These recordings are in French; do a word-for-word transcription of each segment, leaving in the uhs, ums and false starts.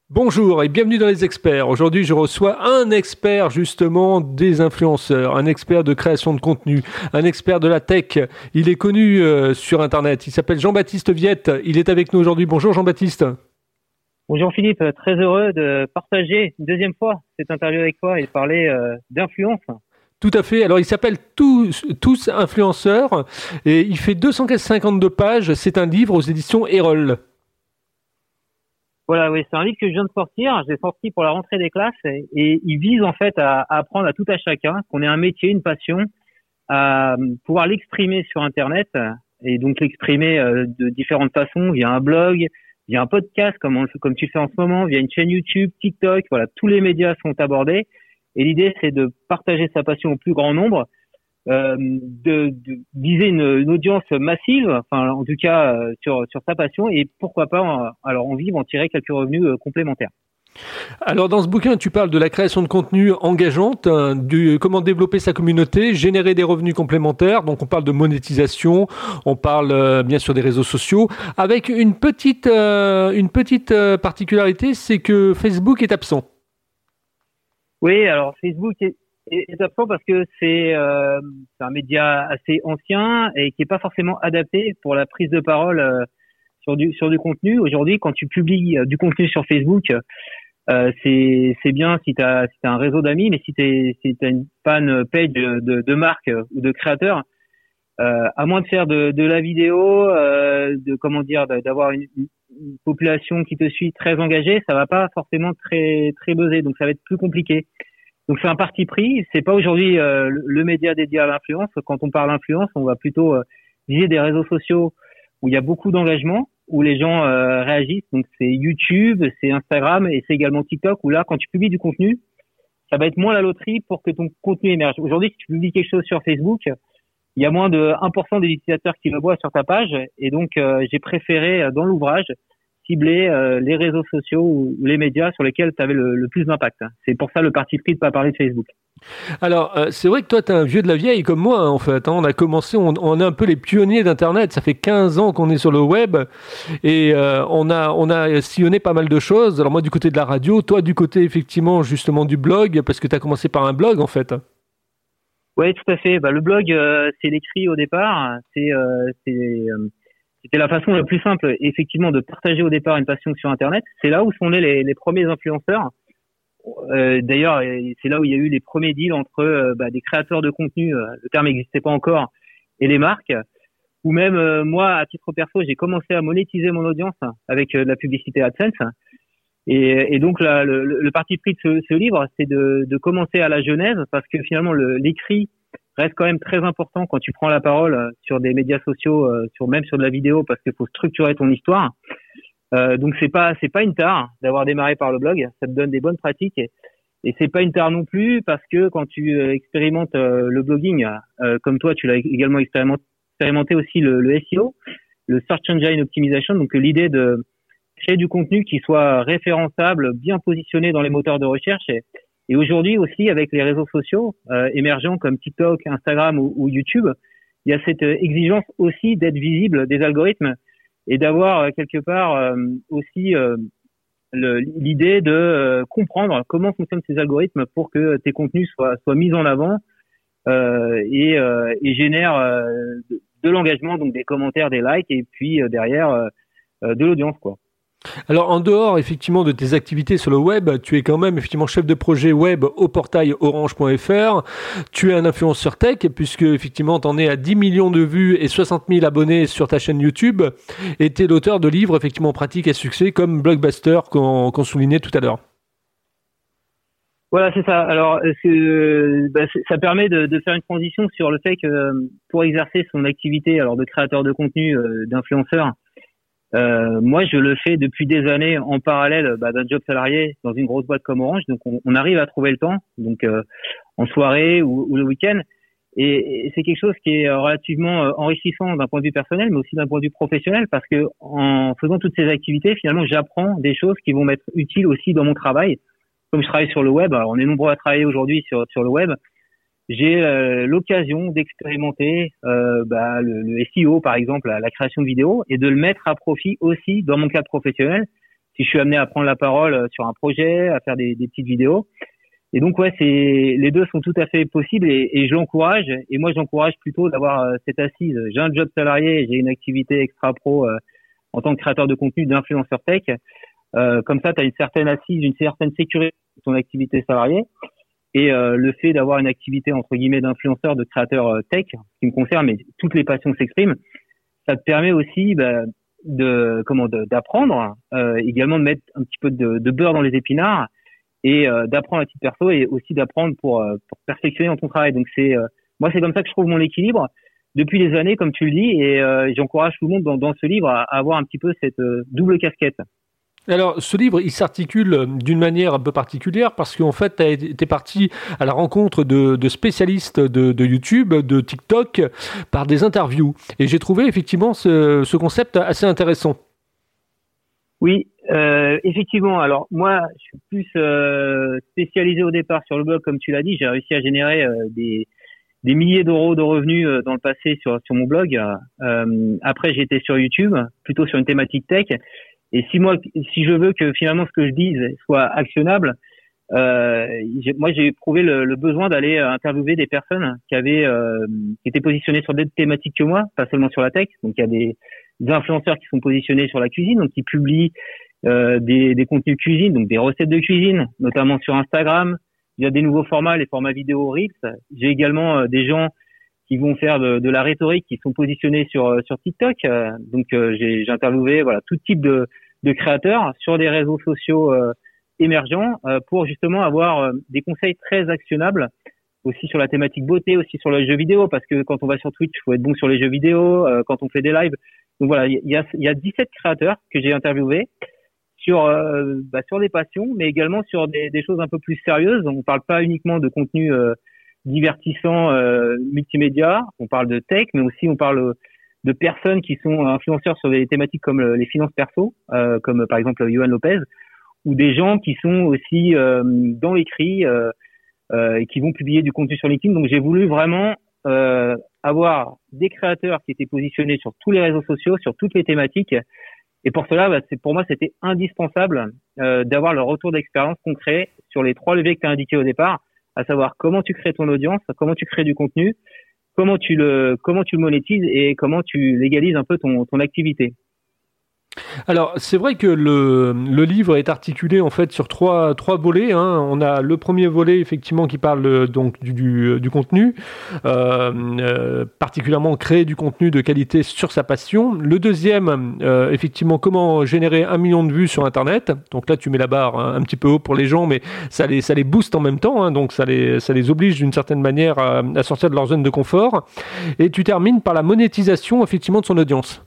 Bonjour et bienvenue dans les experts. Aujourd'hui, je reçois un expert justement des influenceurs, un expert de création de contenu, un expert de la tech. Il est connu euh, sur Internet. Il s'appelle Jean-Baptiste Viette. Il est avec nous aujourd'hui. Bonjour Jean-Baptiste. Bonjour Philippe, très heureux de partager une deuxième fois cette interview avec toi et de parler euh, d'influence. Tout à fait. Alors, il s'appelle Tous, Tous Influenceurs et il fait deux cent cinquante-deux pages. C'est un livre aux éditions Erol. Voilà, oui, c'est un livre que je viens de sortir. Je l'ai sorti pour la rentrée des classes et, et il vise en fait à, à apprendre à tout à chacun qu'on ait un métier, une passion, à pouvoir l'exprimer sur Internet et donc l'exprimer euh, de différentes façons via un blog, via un podcast comme on, comme tu le fais en ce moment, via une chaîne YouTube, TikTok. Voilà, tous les médias sont abordés et l'idée c'est de partager sa passion au plus grand nombre. Euh, de, de viser une, une audience massive, enfin en tout cas euh, sur sur sa passion et pourquoi pas en, alors en vivre, en tirer quelques revenus euh, complémentaires. Alors dans ce bouquin, tu parles de la création de contenu engageante, hein, du comment développer sa communauté, générer des revenus complémentaires. Donc on parle de monétisation, on parle euh, bien sûr des réseaux sociaux, avec une petite euh, une petite euh, particularité, c'est que Facebook est absent. Oui, alors Facebook est est absent parce que c'est, euh, c'est un média assez ancien et qui est pas forcément adapté pour la prise de parole euh, sur du sur du contenu. Aujourd'hui, quand tu publies euh, du contenu sur Facebook, euh, c'est c'est bien si tu as si t'as un réseau d'amis, mais si tu si t'as une fan page de, de, de marque ou de créateur, euh, à moins de faire de, de la vidéo, euh, de comment dire, d'avoir une, une population qui te suit très engagée, ça va pas forcément très très buzzer, donc ça va être plus compliqué. Donc c'est un parti pris, c'est pas aujourd'hui euh, le, le média dédié à l'influence. Quand on parle d'influence, on va plutôt euh, viser des réseaux sociaux où il y a beaucoup d'engagement, où les gens euh, réagissent. Donc c'est YouTube, c'est Instagram et c'est également TikTok où là, quand tu publies du contenu, ça va être moins la loterie pour que ton contenu émerge. Aujourd'hui, si tu publies quelque chose sur Facebook, il y a moins de un pour cent des utilisateurs qui le voient sur ta page et donc euh, j'ai préféré dans l'ouvrage cibler euh, les réseaux sociaux ou, ou les médias sur lesquels tu avais le, le plus d'impact. C'est pour ça le parti pris de ne pas parler de Facebook. Alors, euh, c'est vrai que toi, tu es un vieux de la vieille comme moi, hein, en fait. Hein. On a commencé, on, on est un peu les pionniers d'Internet. Ça fait quinze ans qu'on est sur le web et euh, on, a, on a sillonné pas mal de choses. Alors moi, du côté de la radio, toi, du côté, effectivement, justement, du blog, parce que tu as commencé par un blog, en fait. Oui, tout à fait. Bah, le blog, euh, c'est l'écrit au départ. C'est... Euh, c'est euh, C'était la façon la plus simple, effectivement, de partager au départ une passion sur Internet. C'est là où sont nés les, les premiers influenceurs. Euh, d'ailleurs, c'est là où il y a eu les premiers deals entre euh, bah, des créateurs de contenu, euh, le terme n'existait pas encore, et les marques. Ou même euh, moi, à titre perso, j'ai commencé à monétiser mon audience avec euh, de la publicité AdSense. Et, et donc, là, le, le parti pris de ce, ce livre, c'est de, de commencer à la genèse, parce que finalement, le, l'écrit reste quand même très important quand tu prends la parole sur des médias sociaux, euh, sur même sur de la vidéo, parce qu'il faut structurer ton histoire. Euh, donc c'est pas c'est pas une tare d'avoir démarré par le blog, ça te donne des bonnes pratiques et, et c'est pas une tare non plus parce que quand tu euh, expérimentes euh, le blogging, euh, comme toi tu l'as également expérimenté, expérimenté aussi le, le S E O, le Search Engine Optimization, donc l'idée de créer du contenu qui soit référençable, bien positionné dans les moteurs de recherche. Et, Et aujourd'hui aussi, avec les réseaux sociaux euh, émergents comme TikTok, Instagram ou, ou YouTube, il y a cette euh, exigence aussi d'être visible des algorithmes et d'avoir euh, quelque part euh, aussi euh, le, l'idée de euh, comprendre comment fonctionnent ces algorithmes pour que tes contenus soient, soient mis en avant euh, et, euh, et génèrent euh, de, de l'engagement, donc des commentaires, des likes et puis euh, derrière euh, de l'audience, quoi. Alors, en dehors, effectivement, de tes activités sur le web, tu es quand même, effectivement, chef de projet web au portail orange point f r. Tu es un influenceur tech, puisque, effectivement, tu en es à dix millions de vues et soixante mille abonnés sur ta chaîne YouTube. Et tu es l'auteur de livres, effectivement, pratiques à succès, comme Blockbuster, qu'on, qu'on soulignait tout à l'heure. Voilà, c'est ça. Alors, c'est, bah, c'est, ça permet de, de faire une transition sur le fait que pour exercer son activité, alors de créateur de contenu, euh, d'influenceur, Euh, moi, je le fais depuis des années en parallèle bah, d'un job salarié dans une grosse boîte comme Orange. Donc, on, on arrive à trouver le temps, donc euh, en soirée ou, ou le week-end. Et, et c'est quelque chose qui est relativement enrichissant d'un point de vue personnel, mais aussi d'un point de vue professionnel, parce que en faisant toutes ces activités, finalement, j'apprends des choses qui vont m'être utiles aussi dans mon travail. Comme je travaille sur le web, alors on est nombreux à travailler aujourd'hui sur sur le web. J'ai euh, l'occasion d'expérimenter euh, bah, le, le S E O, par exemple, la, la création de vidéos, et de le mettre à profit aussi dans mon cadre professionnel si je suis amené à prendre la parole sur un projet, à faire des, des petites vidéos. Et donc ouais, c'est les deux sont tout à fait possibles et, et je l'encourage. Et moi, j'encourage plutôt d'avoir euh, cette assise. J'ai un job salarié, j'ai une activité extra pro euh, en tant que créateur de contenu, d'influenceur tech. Euh, comme ça, tu as une certaine assise, une certaine sécurité de ton activité salariée. Et euh, le fait d'avoir une activité entre guillemets d'influenceur, de créateur euh, tech, qui me concerne, mais toutes les passions s'expriment, ça te permet aussi bah, de comment de, d'apprendre, euh, également de mettre un petit peu de, de beurre dans les épinards et euh, d'apprendre à titre perso et aussi d'apprendre pour, euh, pour perfectionner dans ton travail. Donc c'est euh, moi c'est comme ça que je trouve mon équilibre depuis des années, comme tu le dis, et euh, j'encourage tout le monde dans, dans ce livre à, à avoir un petit peu cette euh, double casquette. Alors, ce livre, il s'articule d'une manière un peu particulière parce qu'en fait, tu es parti à la rencontre de, de spécialistes de, de YouTube, de TikTok, par des interviews. Et j'ai trouvé effectivement ce, ce concept assez intéressant. Oui, euh, effectivement. Alors moi, je suis plus euh, spécialisé au départ sur le blog, comme tu l'as dit. J'ai réussi à générer euh, des, des milliers d'euros de revenus euh, dans le passé sur, sur mon blog. Euh, après, j'étais sur YouTube, plutôt sur une thématique tech. Et si moi, si je veux que finalement ce que je dise soit actionnable, euh, j'ai, moi j'ai éprouvé le, le besoin d'aller interviewer des personnes qui avaient, euh, qui étaient positionnées sur d'autres thématiques que moi, pas seulement sur la tech. Donc il y a des, des influenceurs qui sont positionnés sur la cuisine, donc qui publient euh, des, des contenus cuisine, donc des recettes de cuisine, notamment sur Instagram. Il y a des nouveaux formats, les formats vidéo Reels. J'ai également euh, des gens qui vont faire de, de la rhétorique, qui sont positionnés sur sur TikTok. Euh, donc euh, j'ai, j'ai interviewé voilà tout type de, de créateurs sur des réseaux sociaux euh, émergents euh, pour justement avoir euh, des conseils très actionnables aussi sur la thématique beauté, aussi sur le jeu vidéo, parce que quand on va sur Twitch, il faut être bon sur les jeux vidéo, euh, quand on fait des lives. Donc voilà, il y a il y a dix-sept créateurs que j'ai interviewés sur euh, bah, sur des passions, mais également sur des, des choses un peu plus sérieuses. On ne parle pas uniquement de contenu euh, divertissant euh, multimédia, on parle de tech, mais aussi on parle de personnes qui sont influenceurs sur des thématiques comme les finances perso, euh, comme par exemple Johan Lopez, ou des gens qui sont aussi euh, dans l'écrit euh, euh, et qui vont publier du contenu sur LinkedIn. Donc j'ai voulu vraiment euh, avoir des créateurs qui étaient positionnés sur tous les réseaux sociaux, sur toutes les thématiques. Et pour cela, bah, c'est, pour moi, c'était indispensable euh, d'avoir le retour d'expérience concret sur les trois leviers que tu as indiqués au départ, à savoir comment tu crées ton audience, comment tu crées du contenu, comment tu le comment tu le monétises et comment tu légalises un peu ton ton activité. Alors, c'est vrai que le, le livre est articulé en fait sur trois, trois volets. Hein. On a le premier volet effectivement qui parle euh, donc du, du, du contenu, euh, euh, particulièrement créer du contenu de qualité sur sa passion. Le deuxième, euh, effectivement, comment générer un million de vues sur Internet. Donc là, tu mets la barre hein, un petit peu haut pour les gens, mais ça les, ça les booste en même temps. Hein, donc ça les, ça les oblige d'une certaine manière à, à sortir de leur zone de confort. Et tu termines par la monétisation effectivement de son audience.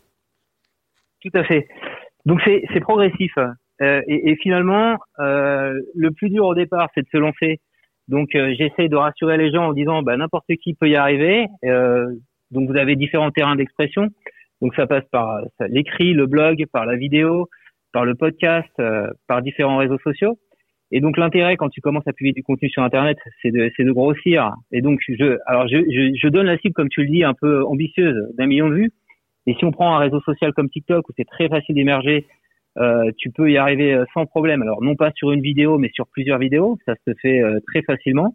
Tout à fait. Donc c'est, c'est progressif euh, et, et finalement euh, le plus dur au départ c'est de se lancer. Donc euh, j'essaie de rassurer les gens en disant bah n'importe qui peut y arriver. Euh, donc vous avez différents terrains d'expression. Donc ça passe par ça, l'écrit, le blog, par la vidéo, par le podcast, euh, par différents réseaux sociaux. Et donc l'intérêt quand tu commences à publier du contenu sur Internet, c'est de c'est de grossir. Et donc je alors je je, je donne la cible comme tu le dis un peu ambitieuse d'un million de vues. Et si on prend un réseau social comme TikTok où c'est très facile d'émerger, euh, tu peux y arriver euh, sans problème. Alors non pas sur une vidéo, mais sur plusieurs vidéos, ça se fait euh, très facilement.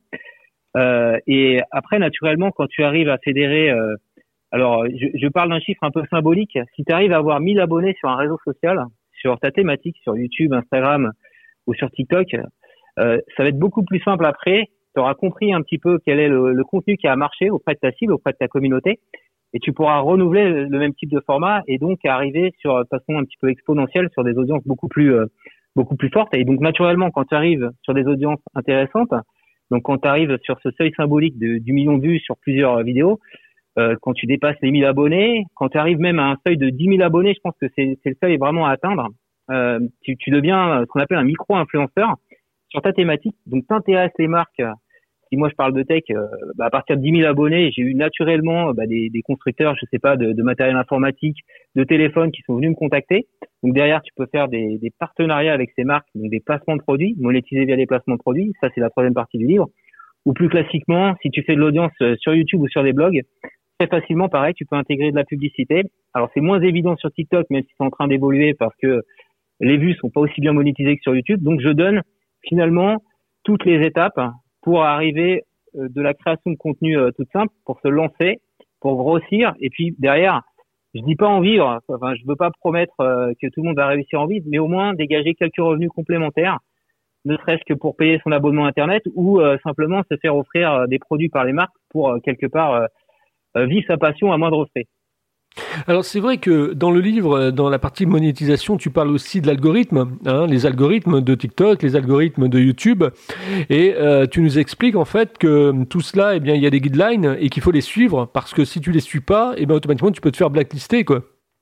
Euh, et après, naturellement, quand tu arrives à fédérer, euh, alors je, je parle d'un chiffre un peu symbolique. Si tu arrives à avoir mille abonnés sur un réseau social, sur ta thématique, sur YouTube, Instagram ou sur TikTok, euh, ça va être beaucoup plus simple après. Tu auras compris un petit peu quel est le, le contenu qui a marché auprès de ta cible, auprès de ta communauté. Et tu pourras renouveler le même type de format et donc arriver sur de façon un petit peu exponentielle sur des audiences beaucoup plus euh, beaucoup plus fortes. Et donc naturellement, quand tu arrives sur des audiences intéressantes, donc quand tu arrives sur ce seuil symbolique de, du million de vues sur plusieurs vidéos, euh, quand tu dépasses les mille abonnés, quand tu arrives même à un seuil de dix mille abonnés, je pense que c'est, c'est le seuil vraiment à atteindre. Euh, tu, tu deviens ce qu'on appelle un micro-influenceur sur ta thématique. Donc t'intéresses les marques. Si moi je parle de tech, euh, bah, à partir de dix mille abonnés, j'ai eu naturellement bah, des, des constructeurs, je sais pas, de, de matériel informatique, de téléphone qui sont venus me contacter. Donc derrière, tu peux faire des, des partenariats avec ces marques, donc des placements de produits, monétiser via des placements de produits. Ça, c'est la troisième partie du livre. Ou plus classiquement, si tu fais de l'audience sur YouTube ou sur des blogs, très facilement, pareil, tu peux intégrer de la publicité. Alors c'est moins évident sur TikTok, même si c'est en train d'évoluer parce que les vues sont pas aussi bien monétisées que sur YouTube. Donc, je donne finalement toutes les étapes pour arriver euh, de la création de contenu euh, toute simple, pour se lancer, pour grossir, et puis derrière, je dis pas en vivre. Enfin, je veux pas promettre euh, que tout le monde va réussir à en vivre, mais au moins dégager quelques revenus complémentaires, ne serait-ce que pour payer son abonnement Internet ou euh, simplement se faire offrir euh, des produits par les marques pour euh, quelque part euh, euh, vivre sa passion à moindre frais. Alors c'est vrai que dans le livre, dans la partie monétisation, tu parles aussi de l'algorithme, hein, les algorithmes de TikTok, les algorithmes de YouTube, et euh, tu nous expliques en fait que tout cela, eh bien, il y a des guidelines et qu'il faut les suivre parce que si tu les suis pas, eh bien, automatiquement tu peux te faire blacklister, quoi.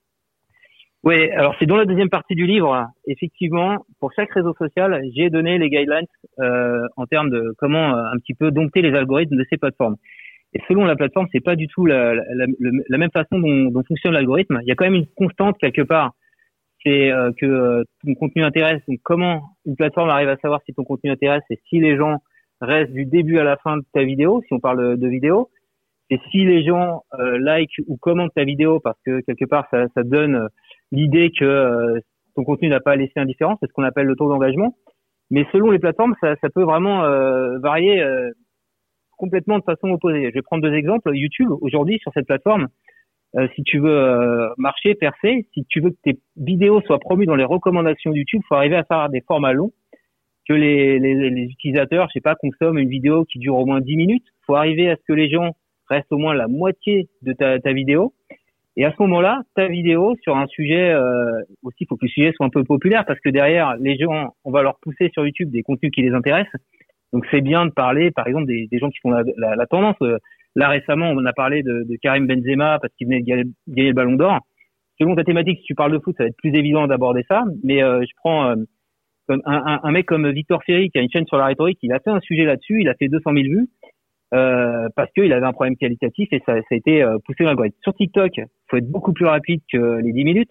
Oui, alors c'est dans la deuxième partie du livre. Effectivement, pour chaque réseau social, j'ai donné les guidelines euh, en termes de comment euh, un petit peu dompter les algorithmes de ces plateformes. Et selon la plateforme, c'est pas du tout la, la, la, la même façon dont, dont fonctionne l'algorithme. Il y a quand même une constante quelque part, c'est euh, que euh, ton contenu intéresse. Donc, comment une plateforme arrive à savoir si ton contenu intéresse et si les gens restent du début à la fin de ta vidéo, si on parle de, de vidéo, et si les gens euh, like ou commentent ta vidéo parce que quelque part ça, ça donne l'idée que euh, ton contenu n'a pas laissé indifférent, c'est ce qu'on appelle le taux d'engagement. Mais selon les plateformes, ça, ça peut vraiment euh, varier euh, complètement de façon opposée. Je vais prendre deux exemples. YouTube, aujourd'hui, sur cette plateforme, euh, si tu veux euh, marcher, percer, si tu veux que tes vidéos soient promues dans les recommandations YouTube, il faut arriver à faire des formats longs, que les, les, les utilisateurs, je sais pas, consomment une vidéo qui dure au moins dix minutes. Il faut arriver à ce que les gens restent au moins la moitié de ta, ta vidéo. Et à ce moment-là, ta vidéo sur un sujet, euh, aussi, il faut que le sujet soit un peu populaire parce que derrière, les gens, on va leur pousser sur YouTube des contenus qui les intéressent. Donc, c'est bien de parler, par exemple, des, des gens qui font la, la, la tendance. Là, récemment, on a parlé de, de Karim Benzema parce qu'il venait de gagner, gagner le Ballon d'Or. Selon ta thématique, si tu parles de foot, ça va être plus évident d'aborder ça. Mais euh, je prends euh, comme un, un, un mec comme Victor Ferry qui a une chaîne sur la rhétorique. Il a fait un sujet là-dessus. Il a fait deux cent mille vues. Euh, parce qu'il avait un problème qualitatif et ça, ça a été euh, poussé dans l'algorithme. Sur TikTok, il faut être beaucoup plus rapide que les dix minutes,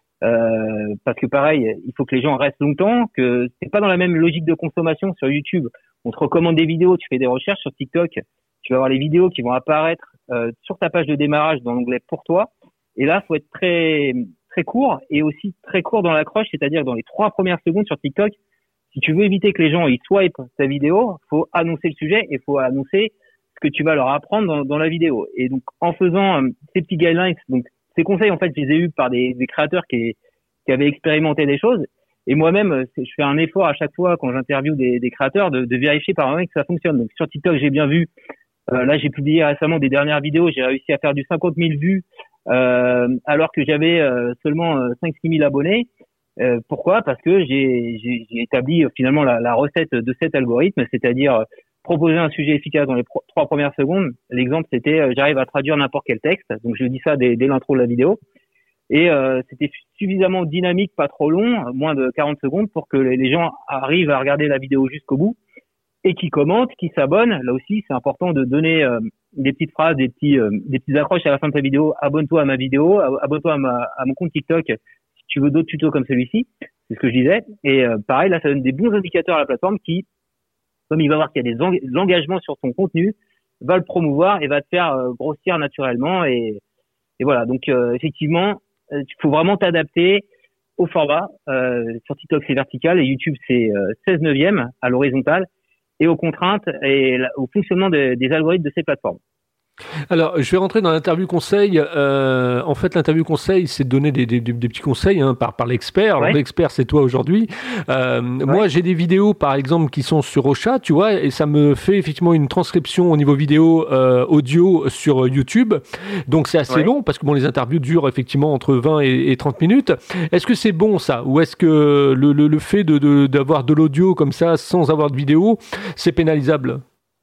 euh, parce que pareil, il faut que les gens restent longtemps, que c'est pas dans la même logique de consommation. Sur YouTube, on te recommande des vidéos, tu fais des recherches. Sur TikTok, tu vas avoir les vidéos qui vont apparaître euh, sur ta page de démarrage dans l'onglet pour toi. Et là, faut être très très court et aussi très court dans l'accroche, c'est-à-dire dans les trois premières secondes sur TikTok. Si tu veux éviter que les gens ils swipent ta vidéo, faut annoncer le sujet et faut annoncer ce que tu vas leur apprendre dans, dans la vidéo. Et donc, en faisant euh, ces petits guidelines, donc ces conseils, en fait, je les ai eus par des, des créateurs qui, qui avaient expérimenté des choses. Et moi-même, je fais un effort à chaque fois quand j'interviewe des, des créateurs de, de vérifier par moi-même que ça fonctionne. Donc, sur TikTok, j'ai bien vu. Euh, là, j'ai publié récemment des dernières vidéos. J'ai réussi à faire du cinquante mille vues euh, alors que j'avais euh, seulement euh, cinq six mille abonnés. Euh, pourquoi ? Parce que j'ai, j'ai, j'ai établi euh, finalement la, la recette de cet algorithme, c'est-à-dire euh, proposer un sujet efficace dans les pro- trois premières secondes. L'exemple, c'était euh, j'arrive à traduire n'importe quel texte, donc je dis ça dès, dès l'intro de la vidéo, et euh, c'était suffisamment dynamique, pas trop long, moins de quarante secondes, pour que les, les gens arrivent à regarder la vidéo jusqu'au bout et qui commentent, qui s'abonnent. Là aussi, c'est important de donner euh, des petites phrases, des petits, euh, des petites accroches à la fin de ta vidéo. Abonne-toi à ma vidéo, abonne-toi à, ma, à mon compte TikTok si tu veux d'autres tutos comme celui-ci. C'est ce que je disais. Et euh, pareil, là, ça donne des bons indicateurs à la plateforme qui, comme il va voir qu'il y a des eng- engagements sur ton contenu, va le promouvoir et va te faire euh, grossir naturellement. Et, et voilà. Donc, euh, effectivement, il faut vraiment t'adapter au format. Euh, sur TikTok, c'est vertical et YouTube, c'est euh, seize neuvième à l'horizontale, et aux contraintes et au fonctionnement de, des algorithmes de ces plateformes. Alors, je vais rentrer dans l'interview conseil. Euh, en fait, l'interview conseil, c'est de donner des, des, des, des petits conseils hein, par, par l'expert. Alors, ouais. L'expert, c'est toi aujourd'hui. Euh, ouais. Moi, j'ai des vidéos, par exemple, qui sont sur Ocha, tu vois, et ça me fait effectivement une transcription au niveau vidéo, euh, audio sur YouTube. Donc, c'est assez ouais. long parce que bon, les interviews durent effectivement entre vingt et, et trente minutes. Est-ce que c'est bon ça, ou est-ce que le, le, le fait de, de, d'avoir de l'audio comme ça sans avoir de vidéo, c'est pénalisable ?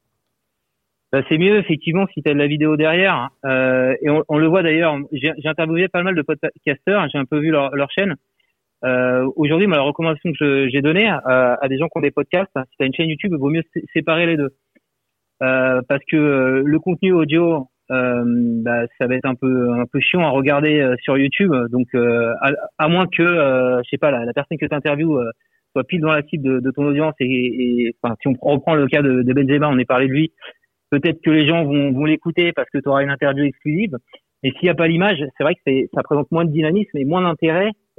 Bah, c'est mieux effectivement si tu as de la vidéo derrière. Euh, et on, on le voit d'ailleurs. J'ai, j'ai interviewé pas mal de podcasteurs. J'ai un peu vu leur, leur chaîne. Euh, aujourd'hui, moi, la recommandation que je, j'ai donnée à, à des gens qui ont des podcasts, si tu as une chaîne YouTube, il vaut mieux sé- séparer les deux. Euh, parce que euh, le contenu audio, euh, bah, ça va être un peu un peu chiant à regarder euh, sur YouTube. Donc, euh, à, à moins que, euh, je sais pas, la, la personne que tu interviewes euh, soit pile dans la cible de, de ton audience. Et, et enfin, si on reprend le cas de, de Benzema, on est parlé de lui. Peut-être que les gens vont, vont l'écouter parce que tu auras une interview exclusive. Mais s'il n'y a pas l'image, c'est vrai que c'est, ça présente moins de dynamisme et moins d'intérêt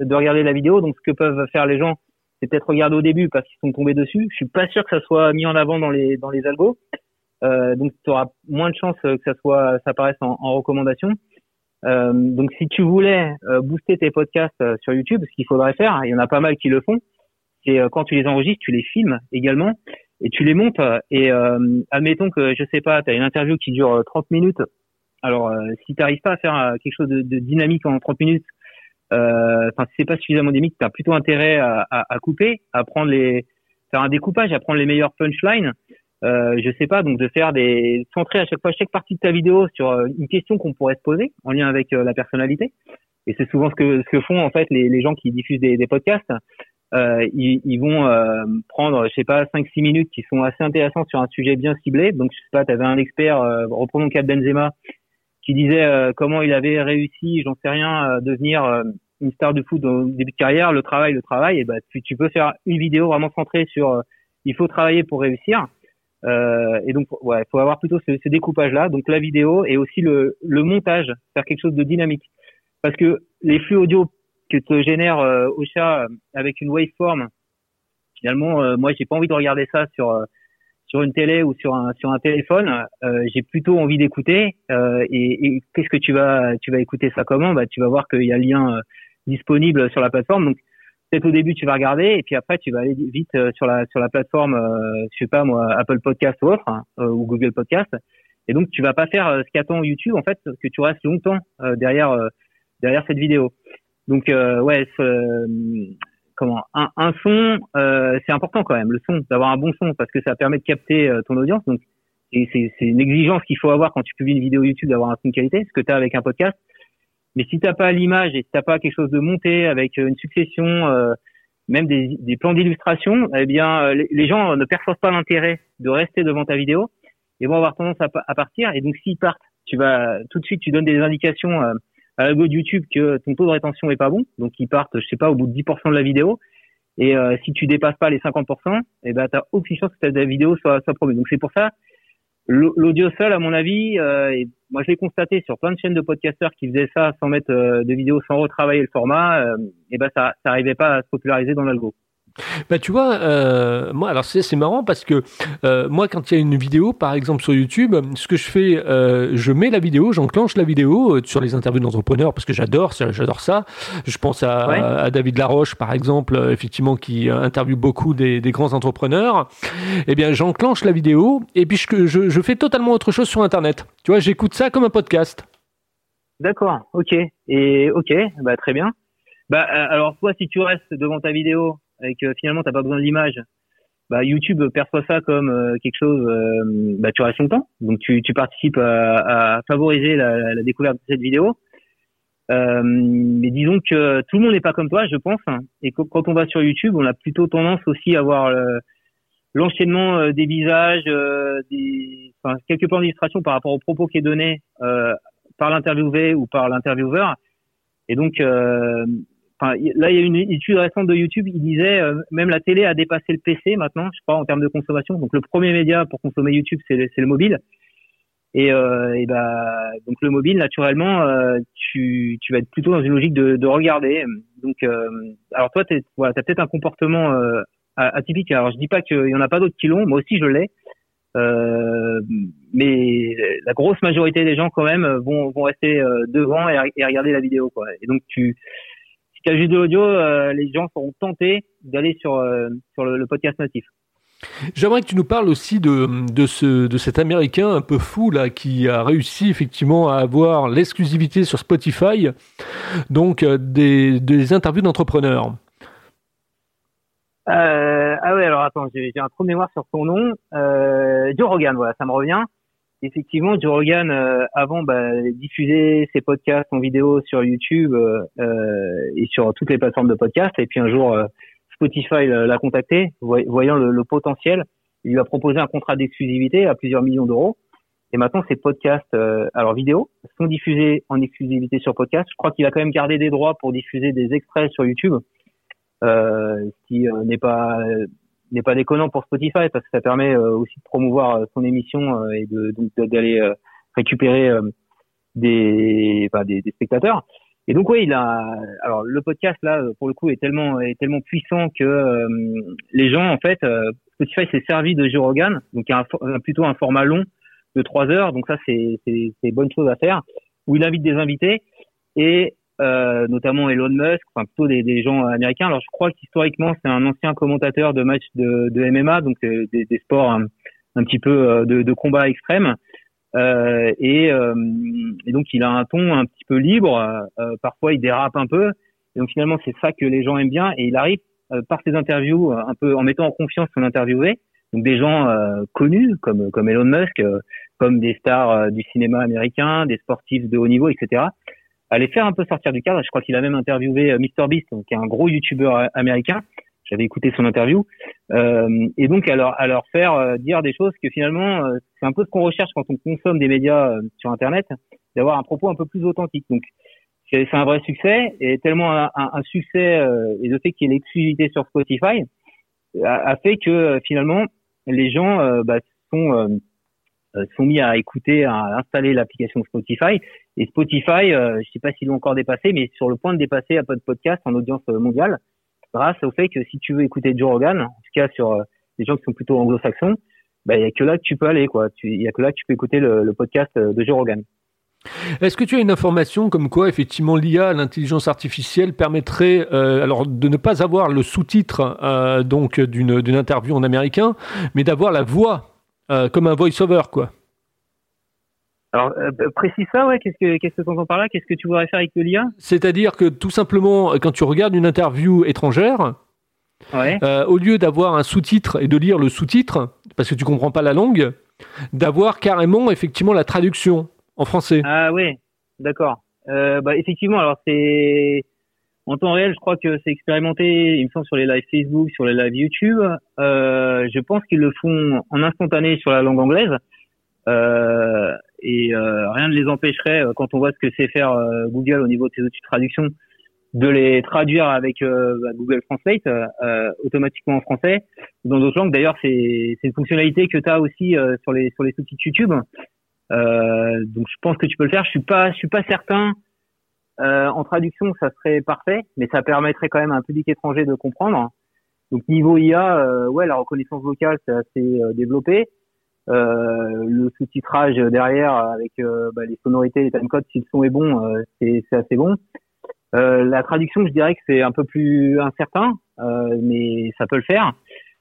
de regarder la vidéo. Donc, ce que peuvent faire les gens, c'est peut-être regarder au début parce qu'ils sont tombés dessus. Je suis pas sûr que ça soit mis en avant dans les dans les algos. Euh, donc, tu auras moins de chances que ça soit ça apparaisse en, en recommandation. Euh, donc, si tu voulais euh, booster tes podcasts euh, sur YouTube, ce qu'il faudrait faire, il y en a pas mal qui le font, c'est euh, quand tu les enregistres, tu les filmes également et tu les montes. Et euh, admettons que, je sais pas, tu as une interview qui dure trente minutes. Alors, euh, si tu n'arrives pas à faire euh, quelque chose de, de dynamique en trente minutes, enfin, euh, si c'est pas suffisamment dynamique, tu as plutôt intérêt à, à, à couper, à prendre les, faire un découpage, à prendre les meilleurs punchlines. Euh, je sais pas, donc de faire des, centrer à chaque fois chaque partie de ta vidéo sur une question qu'on pourrait se poser en lien avec euh, la personnalité. Et c'est souvent ce que ce que font en fait les, les gens qui diffusent des, des podcasts. Euh, ils, ils vont euh, prendre, je sais pas, cinq six minutes qui sont assez intéressants sur un sujet bien ciblé. Donc je sais pas, tu avais un expert, euh, reprenons le cas de Benzema, qui disait euh, comment il avait réussi, j'en sais rien, à devenir euh, une star du foot au début de carrière, le travail, le travail. Et ben tu, tu peux faire une vidéo vraiment centrée sur euh, il faut travailler pour réussir. Euh, et donc, ouais, faut avoir plutôt ce, ce découpage-là, donc la vidéo et aussi le, le montage, faire quelque chose de dynamique. Parce que les flux audio que te génère euh, Ocha euh, avec une waveform, finalement, euh, moi, j'ai pas envie de regarder ça sur euh, sur une télé ou sur un sur un téléphone. Euh, j'ai plutôt envie d'écouter. Euh, et, et qu'est-ce que tu vas tu vas écouter ça comment? Bah, tu vas voir qu'il y a le lien euh, disponible sur la plateforme. Donc peut-être au début tu vas regarder et puis après tu vas aller vite euh, sur la sur la plateforme, euh, je sais pas moi, Apple Podcast ou autre, hein, euh, ou Google Podcast. Et donc tu vas pas faire euh, ce qu'attend YouTube en fait, que tu restes longtemps euh, derrière euh, derrière cette vidéo. Donc euh, ouais, ce, comment un, un son, euh, c'est important quand même, le son, d'avoir un bon son parce que ça permet de capter euh, ton audience. Donc c'est c'est c'est une exigence qu'il faut avoir quand tu publies une vidéo YouTube, d'avoir un son de qualité, ce que tu as avec un podcast. Mais si t'as pas l'image et si t'as pas quelque chose de monté avec une succession, euh, même des, des plans d'illustration, eh bien les, les gens ne perçoivent pas l'intérêt de rester devant ta vidéo et vont avoir tendance à, à partir. Et donc s'ils partent, tu vas tout de suite, tu donnes des indications euh, à l'algo de YouTube que ton taux de rétention est pas bon. Donc ils partent, je sais pas, au bout de dix pour cent de la vidéo. Et euh, si tu dépasses pas les cinquante pour cent, eh ben t'as aucune chance que ta vidéo soit, soit promue. Donc c'est pour ça. L'audio seul, à mon avis, euh, et moi je l'ai constaté sur plein de chaînes de podcasteurs qui faisaient ça sans mettre euh, de vidéos, sans retravailler le format, euh, et ben ça, ça arrivait pas à se populariser dans l'algo. Bah tu vois, euh, moi alors c'est c'est marrant parce que euh, moi quand il y a une vidéo par exemple sur YouTube, ce que je fais, euh, je mets la vidéo, j'enclenche la vidéo euh, sur les interviews d'entrepreneurs parce que j'adore ça, j'adore ça. Je pense à, ouais. à David Laroche par exemple, euh, effectivement qui interviewe beaucoup des, des grands entrepreneurs. Eh bien j'enclenche la vidéo et puis je, je, je fais totalement autre chose sur Internet. Tu vois, j'écoute ça comme un podcast. D'accord, ok, et ok, bah très bien. Bah alors toi si tu restes devant ta vidéo et que finalement t'as pas besoin de l'image, bah YouTube perçoit ça comme euh, quelque chose, euh, bah tu restes longtemps, donc tu, tu participes à, à favoriser la, la découverte de cette vidéo. Euh, mais disons que tout le monde n'est pas comme toi, je pense, hein, et que, quand on va sur YouTube, on a plutôt tendance aussi à voir le, l'enchaînement euh, des visages, euh, des, enfin quelques points d'illustration par rapport au propos qui est donné euh, par l'interviewé ou par l'intervieweur, et donc euh, Enfin, là, il y a une étude récente de YouTube, il disait euh, même la télé a dépassé le P C maintenant, je crois, en termes de consommation. Donc le premier média pour consommer YouTube, c'est le, c'est le mobile. Et, euh, et bah donc le mobile, naturellement, euh, tu, tu vas être plutôt dans une logique de, de regarder. Donc, euh, alors toi, t'es, voilà, t'as peut-être un comportement euh, atypique. Alors je dis pas qu'il y en a pas d'autres qui l'ont, moi aussi je l'ai. Euh, mais la grosse majorité des gens quand même vont, vont rester devant et, et regarder la vidéo, quoi. Et donc tu Si tu as juste de l'audio, euh, les gens seront tentés d'aller sur, euh, sur le, le podcast natif. J'aimerais que tu nous parles aussi de, de, ce, de cet Américain un peu fou là, qui a réussi effectivement à avoir l'exclusivité sur Spotify, donc euh, des, des interviews d'entrepreneurs. Euh, ah ouais, alors attends, j'ai, j'ai un trou de mémoire sur son nom. Euh, Joe Rogan, voilà, ça me revient. Effectivement, Joe Rogan, euh, avant, bah, diffusait ses podcasts en vidéo sur YouTube euh, et sur toutes les plateformes de podcasts. Et puis un jour, euh, Spotify l'a contacté, voyant le, le potentiel. Il lui a proposé un contrat d'exclusivité à plusieurs millions d'euros. Et maintenant, ces podcasts, euh, alors vidéo, sont diffusés en exclusivité sur podcast. Je crois qu'il a quand même gardé des droits pour diffuser des extraits sur YouTube, euh, ce qui euh, n'est pas... Euh, n'est pas déconnant pour Spotify parce que ça permet euh, aussi de promouvoir euh, son émission euh, et de donc d'aller euh, récupérer euh, des, enfin, des des spectateurs. Et donc oui, il a. Alors le podcast là, pour le coup, est tellement est tellement puissant que euh, les gens en fait, euh, Spotify s'est servi de Joe Rogan, donc un, un, plutôt un format long de trois heures. Donc ça, c'est c'est c'est bonne chose à faire. Où il invite des invités et euh, notamment Elon Musk, enfin plutôt des, des gens américains. Alors je crois qu'historiquement, c'est un ancien commentateur de matchs de, de M M A, donc euh, des, des sports un, un petit peu de, de combat extrême. Euh, et, euh, et donc il a un ton un petit peu libre, euh, parfois il dérape un peu, et donc finalement c'est ça que les gens aiment bien, et il arrive euh, par ses interviews, un peu en mettant en confiance son interviewé, donc des gens euh, connus comme comme Elon Musk, euh, comme des stars euh, du cinéma américain, des sportifs de haut niveau, et cetera, à les faire un peu sortir du cadre. Je crois qu'il a même interviewé euh, MrBeast, donc qui est un gros youtubeur américain. J'avais écouté son interview, euh, et donc à leur, à leur faire euh, dire des choses que finalement, euh, c'est un peu ce qu'on recherche quand on consomme des médias euh, sur Internet, d'avoir un propos un peu plus authentique. Donc c'est, c'est un vrai succès, et tellement un, un, un succès, euh, et le fait qu'il y ait l'exclusivité sur Spotify a, a fait que euh, finalement les gens euh, bah, sont euh, sont mis à écouter, à installer l'application Spotify. Et Spotify, euh, je sais pas s'ils l'ont encore dépassé, mais sur le point de dépasser Apple Podcast en audience mondiale, grâce au fait que si tu veux écouter Joe Rogan, en tout cas sur euh, les gens qui sont plutôt anglo-saxons, bah il y a que là que tu peux aller, quoi. Il y a que là que tu peux écouter le, le podcast de Joe Rogan. Est-ce que tu as une information comme quoi effectivement l'I A, l'intelligence artificielle, permettrait euh, alors de ne pas avoir le sous-titre euh, donc d'une d'une interview en américain, mais d'avoir la voix euh, comme un voice-over, quoi? Alors, euh, précise ça, ouais. Qu'est-ce que qu'est-ce que tu entends par là? Qu'est-ce que tu voudrais faire avec de l'I A? C'est-à-dire que tout simplement, quand tu regardes une interview étrangère, ouais. euh, au lieu d'avoir un sous-titre et de lire le sous-titre, parce que tu comprends pas la langue, d'avoir carrément effectivement la traduction en français. Ah ouais, d'accord. Euh, bah effectivement, alors c'est en temps réel, je crois que c'est expérimenté, il me semble, sur les lives Facebook, sur les lives YouTube. Euh, je pense qu'ils le font en instantané sur la langue anglaise. Euh, et euh, rien ne les empêcherait, quand on voit ce que sait faire euh, Google au niveau de ses outils de traduction, de les traduire avec euh, bah, Google Translate euh, automatiquement en français dans d'autres langues. D'ailleurs, c'est, c'est une fonctionnalité que tu as aussi euh, sur les sur les sous-titres YouTube. Euh, donc je pense que tu peux le faire. Je suis pas je suis pas certain. Euh, en traduction, ça serait parfait, mais ça permettrait quand même à un public étranger de comprendre. Donc niveau I A, euh, ouais, la reconnaissance vocale c'est assez euh, développé. Euh, le sous-titrage derrière avec euh, bah, les sonorités, les timecodes, si le son est bon, euh, c'est, c'est assez bon. Euh, la traduction, je dirais que c'est un peu plus incertain, euh, mais ça peut le faire.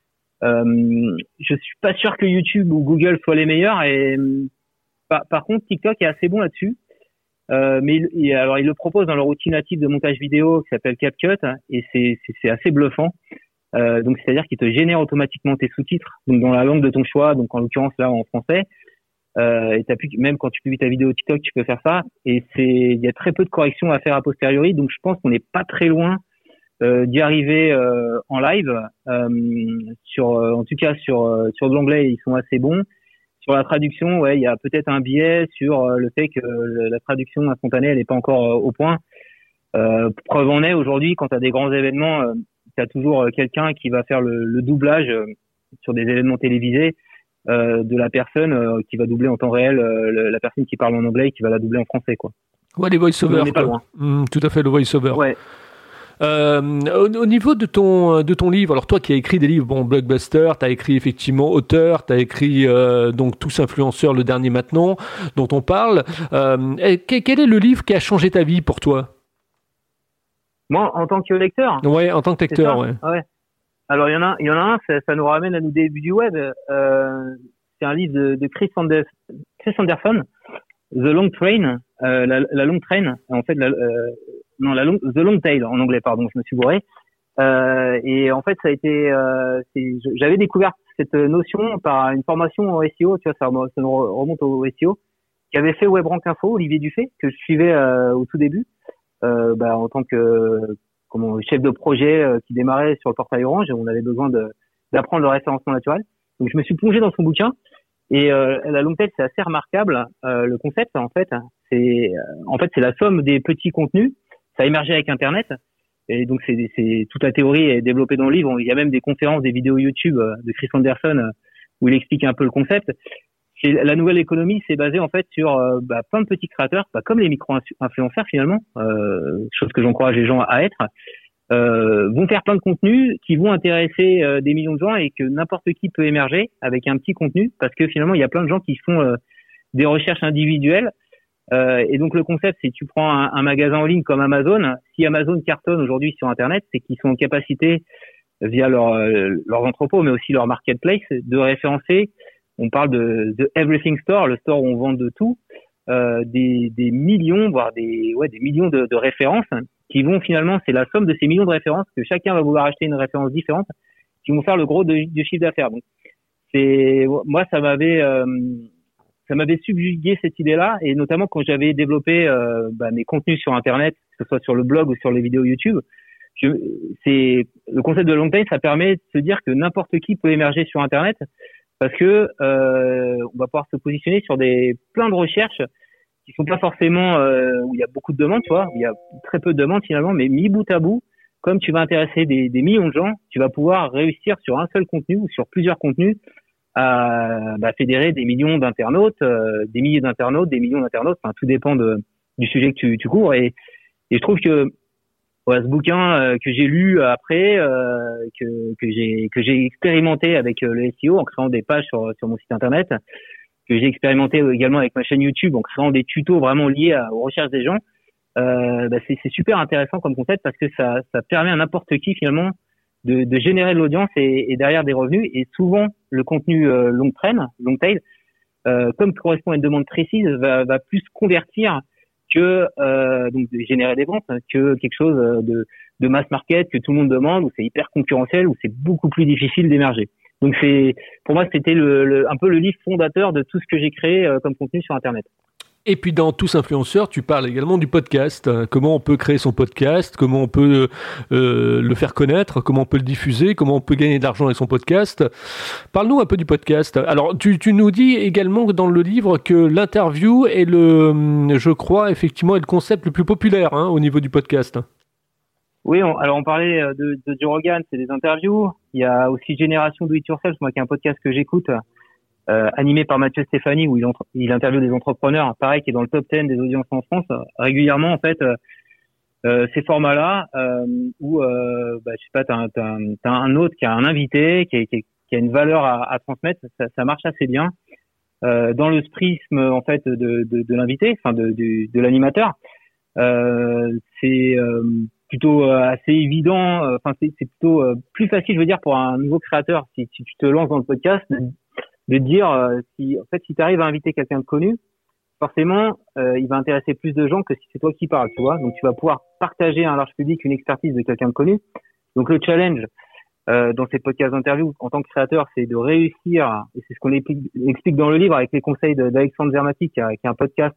Euh, je suis pas sûr que YouTube ou Google soient les meilleurs, et par, par contre TikTok est assez bon là-dessus. Euh, mais il, alors ils le proposent dans leur outil natif de montage vidéo qui s'appelle CapCut, et c'est, c'est, c'est assez bluffant. Euh, donc c'est-à-dire qu'il te génère automatiquement tes sous-titres, donc dans la langue de ton choix, donc en l'occurrence là en français. Euh, et t'as plus, même quand tu publies ta vidéo TikTok, tu peux faire ça. Et c'est, il y a très peu de corrections à faire a posteriori, donc je pense qu'on n'est pas très loin euh, d'y arriver euh, en live. Euh, sur, euh, en tout cas sur euh, sur de l'anglais, ils sont assez bons. Sur la traduction, ouais, il y a peut-être un biais sur euh, le fait que euh, la traduction instantanée, elle n'est pas encore euh, au point. Euh, preuve en est aujourd'hui, quand tu as des grands événements, euh, tu as toujours euh, quelqu'un qui va faire le, le doublage euh, sur des événements télévisés. Euh, de la personne euh, qui va doubler en temps réel euh, le, la personne qui parle en anglais et qui va la doubler en français, quoi. Ouais, les voice-over. On n'est pas loin. Mmh, tout à fait, le voice-over. Ouais. Euh, au, au niveau de ton de ton livre, alors toi qui as écrit des livres, bon, Blockbuster, tu as écrit effectivement Auteur, tu as écrit euh, donc Tous influenceurs, le dernier maintenant, dont on parle. Euh, quel, quel est le livre qui a changé ta vie pour toi? Moi, en tant que lecteur. Ouais, en tant que lecteur, ouais. ouais. Alors il y en a, il y en a un, ça, ça nous ramène à nos débuts du web. Euh, c'est un livre de, de Chris, Ander, Chris Anderson, The Long Train, euh, la, la longue traîne. En fait, la, euh, non, la long, The Long Tail en anglais, pardon, je me suis bourré. Euh, et en fait, ça a été, euh, c'est, j'avais découvert cette notion par une formation en S E O, tu vois, ça, ça nous remonte au S E O, qu'avait fait WebRank Info, Olivier Dufay, que je suivais euh, au tout début, euh, bah, en tant que comme chef de projet euh, qui démarrait sur le portail Orange, et on avait besoin de, d'apprendre le référencement naturel. Donc je me suis plongé dans son bouquin, et euh, la longue tête, c'est assez remarquable. Euh, le concept, en fait, c'est en fait c'est la somme des petits contenus. Ça a émergé avec Internet, et donc c'est, c'est toute la théorie est développée dans le livre. Il y a même des conférences, des vidéos YouTube de Chris Anderson où il explique un peu le concept. c'est la nouvelle économie, c'est basé en fait sur euh, bah, plein de petits créateurs, bah, comme les micro-influenceurs finalement, euh, chose que j'encourage les gens à être, euh, vont faire plein de contenus qui vont intéresser euh, des millions de gens et que n'importe qui peut émerger avec un petit contenu, parce que finalement il y a plein de gens qui font euh, des recherches individuelles. Euh, et donc le concept, c'est tu prends un, un magasin en ligne comme Amazon. Si Amazon cartonne aujourd'hui sur Internet, c'est qu'ils sont en capacité, via leur, euh, leurs entrepôts, mais aussi leur marketplace, de référencer. On parle de, de Everything Store, le store où on vend de tout, euh, des, des millions, voire des, ouais, des millions de, de références qui vont finalement, c'est la somme de ces millions de références que chacun va vouloir acheter une référence différente, qui vont faire le gros de, du chiffre d'affaires. Donc, c'est, moi, ça m'avait, euh, ça m'avait subjugué cette idée-là, et notamment quand j'avais développé euh, bah, mes contenus sur Internet, que ce soit sur le blog ou sur les vidéos YouTube. Je, c'est le concept de long tail, ça permet de se dire que n'importe qui peut émerger sur Internet, parce que euh, on va pouvoir se positionner sur des plein de recherches qui sont pas forcément euh, où il y a beaucoup de demandes, tu vois, où il y a très peu de demandes finalement, mais mis bout à bout, comme tu vas intéresser des, des millions de gens, tu vas pouvoir réussir sur un seul contenu ou sur plusieurs contenus à bah, fédérer des millions d'internautes, euh, des milliers d'internautes, des millions d'internautes. Enfin, tout dépend de, du sujet que tu, tu couvres. Et, et je trouve que ouais, ce bouquin euh, que j'ai lu après, euh, que, que j'ai que j'ai expérimenté avec euh, le S E O en créant des pages sur sur mon site internet, que j'ai expérimenté également avec ma chaîne YouTube en créant des tutos vraiment liés à, aux recherches des gens. Euh, bah, c'est, c'est super intéressant comme concept parce que ça ça permet à n'importe qui finalement de, de générer de l'audience et, et derrière des revenus. Et souvent le contenu euh, long train, long tail, euh, comme correspond à une demande précise, va, va plus convertir que euh, donc de générer des ventes, que quelque chose de, de mass market que tout le monde demande, où c'est hyper concurrentiel, où c'est beaucoup plus difficile d'émerger. Donc c'est, pour moi, c'était le, le, un peu le livre fondateur de tout ce que j'ai créé euh, comme contenu sur Internet. Et puis dans Tous Influenceurs, tu parles également du podcast. Hein. Comment on peut créer son podcast, comment on peut euh, le faire connaître, comment on peut le diffuser, comment on peut gagner de l'argent avec son podcast. Parle-nous un peu du podcast. Alors, tu, tu nous dis également dans le livre que l'interview est le, je crois, effectivement, est le concept le plus populaire hein, au niveau du podcast. Oui, on, alors on parlait de, de Joe Rogan, c'est des interviews. Il y a aussi Génération Do It Yourself, moi qui est un podcast que j'écoute. Euh, animé par Mathieu Stéphanie, où il, entre, il interviewe des entrepreneurs, pareil, qui est dans le top dix des audiences en France, euh, régulièrement, en fait, euh, euh, ces formats-là, euh, où, euh, bah, je sais pas, t'as, t'as, t'as un autre qui a un invité, qui a, qui a, qui a une valeur à, à transmettre, ça, ça marche assez bien. Euh, dans le prisme, en fait, de, de, de l'invité, enfin, de, de, de l'animateur, euh, c'est euh, plutôt assez évident, enfin, c'est, c'est plutôt euh, plus facile, je veux dire, pour un nouveau créateur, si, si tu te lances dans le podcast, de dire euh, si en fait si tu arrives à inviter quelqu'un de connu, forcément euh, il va intéresser plus de gens que si c'est toi qui parles, tu vois. Donc tu vas pouvoir partager à un large public une expertise de quelqu'un de connu. Donc le challenge euh, dans ces podcasts d'interview en tant que créateur, c'est de réussir, et c'est ce qu'on explique, explique dans le livre avec les conseils de, d'Alexandre Zermati qui a, qui a un podcast,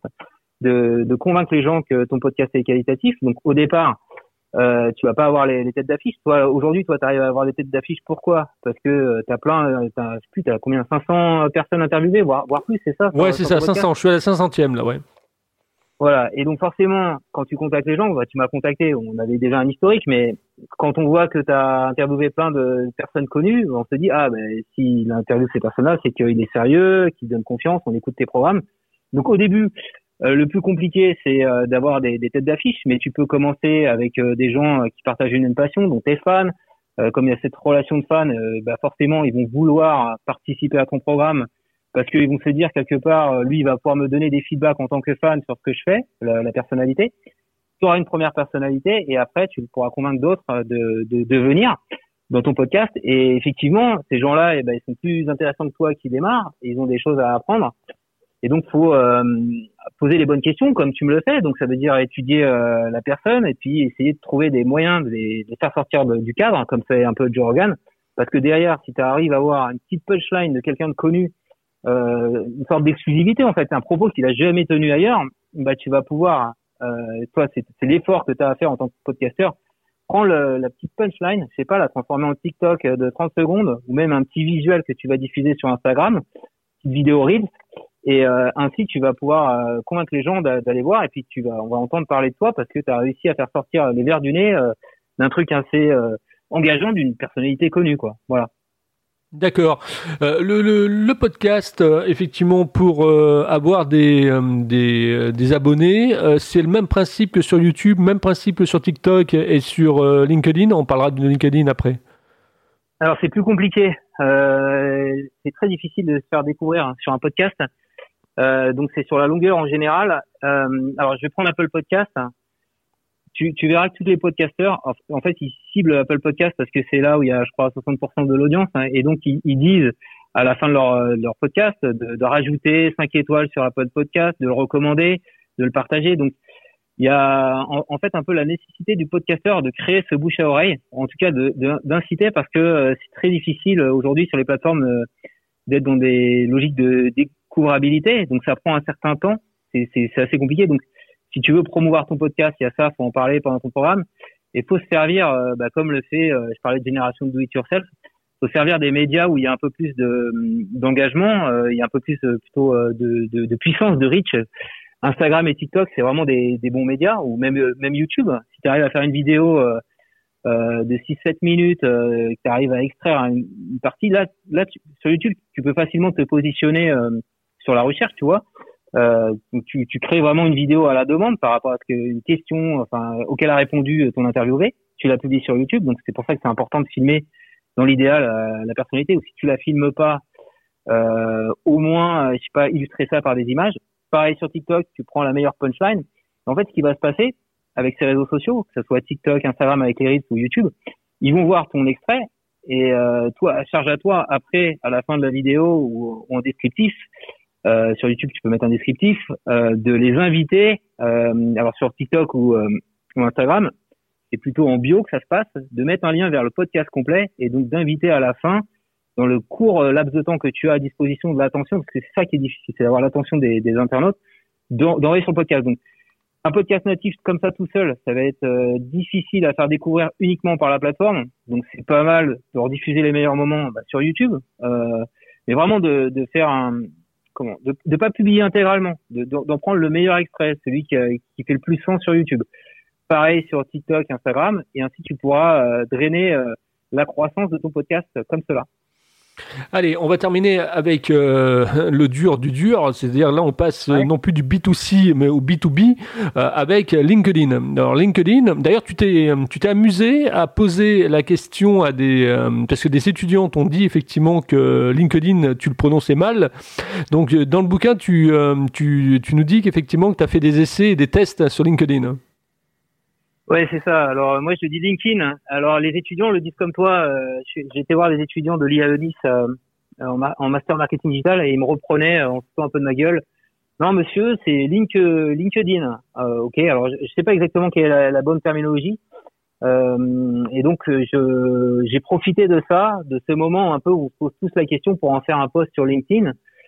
de, de convaincre les gens que ton podcast est qualitatif. Donc au départ, Euh, tu vas pas avoir les, les têtes d'affiche. Toi, aujourd'hui, toi, t'arrives à avoir les têtes d'affiche. Pourquoi? Parce que euh, t'as plein, t'as, je sais plus, t'as combien, cinq cents personnes interviewées, voire, voire plus, c'est ça? Ouais, sur, c'est sur ça, cinq cents. Je suis à la cinq centième, là, ouais. Voilà. Et donc, forcément, quand tu contactes les gens, bah, tu m'as contacté, on avait déjà un historique, mais quand on voit que t'as interviewé plein de personnes connues, on se dit, ah, ben, s'il interviewe ces personnes-là, c'est qu'il est sérieux, qu'il donne confiance, on écoute tes programmes. Donc, au début, Euh, le plus compliqué, c'est euh, d'avoir des, des têtes d'affiche, mais tu peux commencer avec euh, des gens euh, qui partagent une même passion, dont tes fans. Euh, comme il y a cette relation de fans, euh, bah forcément, ils vont vouloir participer à ton programme parce qu'ils vont se dire quelque part, euh, lui, il va pouvoir me donner des feedbacks en tant que fan sur ce que je fais, la, la personnalité. Tu auras une première personnalité et après, tu pourras convaincre d'autres de, de, de venir dans ton podcast. Et effectivement, ces gens-là, eh ben, ils sont plus intéressants que toi qui démarrent, et ils ont des choses à apprendre. Et donc, faut euh, poser les bonnes questions, comme tu me le fais. Donc, ça veut dire étudier euh, la personne et puis essayer de trouver des moyens de les, de les faire sortir de, du cadre, comme fait un peu Joe Rogan. Parce que derrière, si tu arrives à avoir une petite punchline de quelqu'un de connu, euh, une sorte d'exclusivité, en fait, un propos qu'il a jamais tenu ailleurs, bah, tu vas pouvoir, euh, toi, c'est, c'est l'effort que tu as à faire en tant que podcasteur. Prends le, la petite punchline, je sais pas, la transformer en TikTok de trente secondes ou même un petit visuel que tu vas diffuser sur Instagram, petite vidéo Reels. Et euh, ainsi, tu vas pouvoir euh, convaincre les gens d'a, d'aller voir, et puis tu vas, on va entendre parler de toi parce que tu as réussi à faire sortir les verres du nez euh, d'un truc assez euh, engageant d'une personnalité connue, quoi. Voilà. D'accord. Euh, le, le, le podcast, euh, effectivement, pour euh, avoir des, euh, des, euh, des abonnés, euh, c'est le même principe que sur YouTube, même principe que sur TikTok et sur euh, LinkedIn. On parlera de LinkedIn après. Alors c'est plus compliqué. Euh, c'est très difficile de se faire découvrir hein, sur un podcast. Euh, donc c'est sur la longueur en général. Euh, alors je vais prendre Apple Podcast. Tu, tu verras que tous les podcasteurs, en, en fait, ils ciblent Apple Podcast parce que c'est là où il y a, je crois, soixante pour cent de l'audience. Hein, et donc ils, ils disent à la fin de leur, de leur podcast de, de rajouter cinq étoiles sur Apple Podcast, de le recommander, de le partager. Donc il y a en, en fait un peu la nécessité du podcasteur de créer ce bouche à oreille, en tout cas de, de, d'inciter parce que euh, c'est très difficile euh, aujourd'hui sur les plateformes euh, d'être dans des logiques de découvrabilité, donc ça prend un certain temps, c'est, c'est, c'est assez compliqué. Donc si tu veux promouvoir ton podcast, il y a ça, faut en parler pendant ton programme, et faut se servir, euh, bah, comme le fait, euh, je parlais de génération de do it yourself, faut se servir des médias où il y a un peu plus de d'engagement, euh, il y a un peu plus euh, plutôt euh, de, de, de puissance, de reach. Instagram et TikTok, c'est vraiment des, des bons médias, ou même même YouTube. Si tu arrives à faire une vidéo euh, euh, de six sept minutes, euh, que tu arrives à extraire une, une partie, là, là tu, sur YouTube, tu peux facilement te positionner euh, sur la recherche, tu vois. Euh, tu, tu crées vraiment une vidéo à la demande par rapport à ce que une question, enfin, auquel a répondu ton interviewé. Tu la publies sur YouTube, donc c'est pour ça que c'est important de filmer dans l'idéal la, la personnalité. Ou si tu la filmes pas, euh, au moins, je sais pas, illustrer ça par des images. Pareil sur TikTok, tu prends la meilleure punchline. En fait, ce qui va se passer avec ces réseaux sociaux, que ce soit TikTok, Instagram avec les Reels ou YouTube, ils vont voir ton extrait et euh, toi, charge à toi après, à la fin de la vidéo ou, ou en descriptif. Euh, sur YouTube, tu peux mettre un descriptif, euh, de les inviter. Euh, alors sur TikTok ou, euh, ou Instagram, c'est plutôt en bio que ça se passe, de mettre un lien vers le podcast complet et donc d'inviter à la fin, dans le court laps de temps que tu as à disposition de l'attention, parce que c'est ça qui est difficile, c'est d'avoir l'attention des, des internautes, d'envoyer sur le podcast. Donc, un podcast natif comme ça tout seul, ça va être euh, difficile à faire découvrir uniquement par la plateforme. Donc, c'est pas mal de rediffuser les meilleurs moments bah, sur YouTube, euh, mais vraiment de, de faire un, comment, de, de pas publier intégralement, de, d'en prendre le meilleur extrait, celui qui, qui fait le plus sens sur YouTube. Pareil sur TikTok, Instagram, et ainsi tu pourras euh, drainer euh, la croissance de ton podcast comme cela. Allez, on va terminer avec euh, le dur du dur, c'est-à-dire là on passe ouais. non plus du B deux C mais au B deux B euh, avec LinkedIn. Alors LinkedIn, d'ailleurs tu t'es tu t'es amusé à poser la question à des euh, parce que des étudiants t'ont dit effectivement que LinkedIn tu le prononçais mal. Donc dans le bouquin tu euh, tu tu nous dis qu'effectivement que tu as fait des essais et des tests sur LinkedIn. Ouais, c'est ça. Alors moi je dis LinkedIn. Alors les étudiants le disent comme toi. Euh, j'ai été voir les étudiants de l'I A E Nice euh, en, ma- en master marketing digital et ils me reprenaient en se foutant un peu de ma gueule. Non monsieur, c'est Link LinkedIn. Euh, ok. Alors je, je sais pas exactement quelle est la, la bonne terminologie. Euh, et donc je j'ai profité de ça, de ce moment un peu où on se pose tous la question pour en faire un post sur LinkedIn,